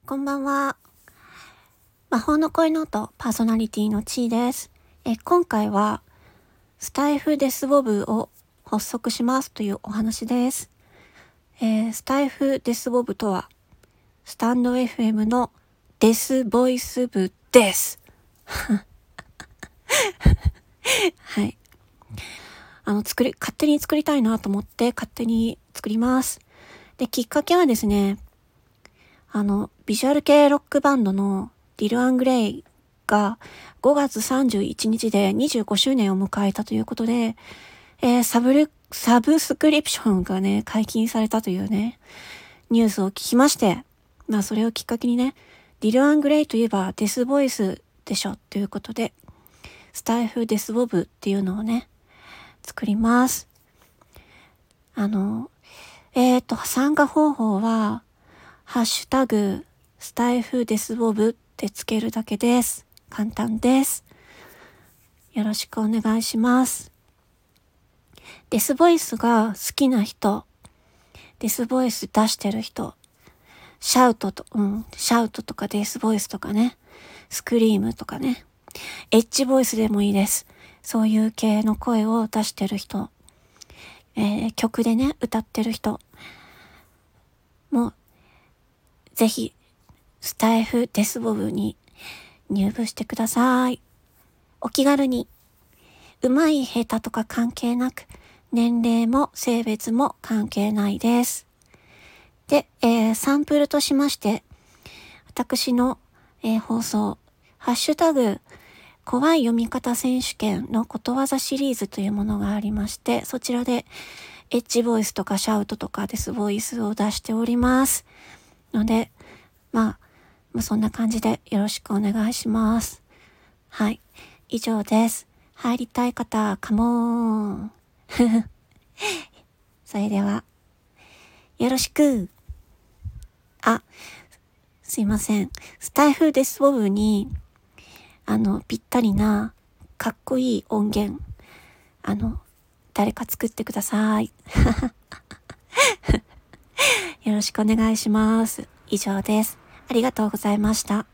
こんばんは。魔法の恋ノートパーソナリティのちーです。今回はスタイフデスボブを発足しますというお話です。スタイフデスボブとはスタンド FM のデスボイス部です。はい。勝手に作りたいなと思って勝手に作ります。で、きっかけはですね、ビジュアル系ロックバンドのディル・アングレイが5月31日で25周年を迎えたということで、サブスクリプションがね、解禁されたというね、ニュースを聞きまして、それをきっかけにね、ディル・アングレイといえばデスボイスでしょということで、スタイフデスボブっていうのをね、作ります。参加方法は、ハッシュタグ、スタイフデスボブってつけるだけです。簡単です。よろしくお願いします。デスボイスが好きな人、デスボイス出してる人、シャウトとかデスボイスとかね、スクリームとかね、エッジボイスでもいいです。そういう系の声を出してる人、曲でね、歌ってる人も、ぜひ、スタイフデスボブに入部してください。お気軽に。上手い下手とか関係なく、年齢も性別も関係ないです。で、サンプルとしまして、私の、放送、ハッシュタグ、怖い読み方選手権のことわざシリーズというものがありまして、そちらでエッジボイスとかシャウトとかデスボイスを出しております。ので、そんな感じでよろしくお願いします。はい。以上です。入りたい方、カモーン。それでは、よろしく。すいません。スタイフデスボブに、ぴったりな、かっこいい音源、誰か作ってください。よろしくお願いします。以上です。ありがとうございました。